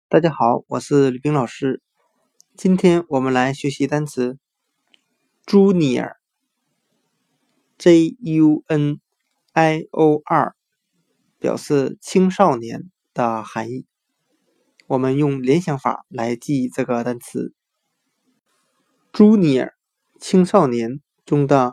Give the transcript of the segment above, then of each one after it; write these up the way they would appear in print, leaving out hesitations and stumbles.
大家好，我是吕冰老师。今天我们来学习单词 Junior Junior 表示青少年的含义。我们用联想法来记忆这个单词 Junior 青少年中的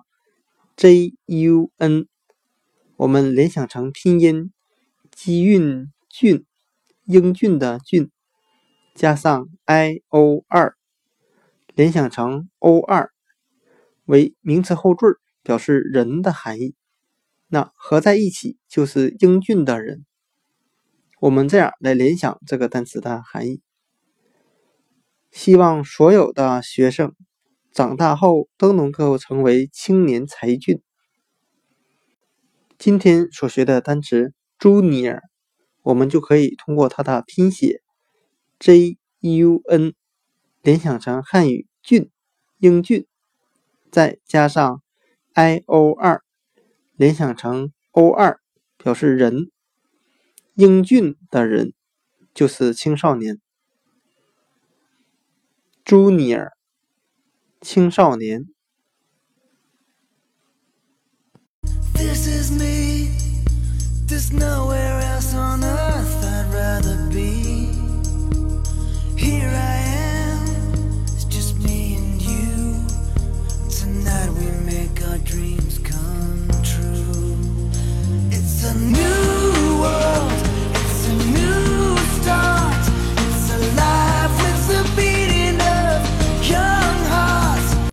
JUN 我们联想成拼音基韵俊，英俊的俊加上 IO2 联想成 O2 为名词后缀，表示人的含义，那合在一起就是英俊的人。我们这样来联想这个单词的含义，希望所有的学生长大后都能够成为青年才俊。今天所学的单词 Junior 我们就可以通过它的拼写 JUN 联想成汉语俊，英俊，再加上 IO2 联想成 O2 表示人，英俊的人就是青少年。 Junior 青少年。 This is me, there's no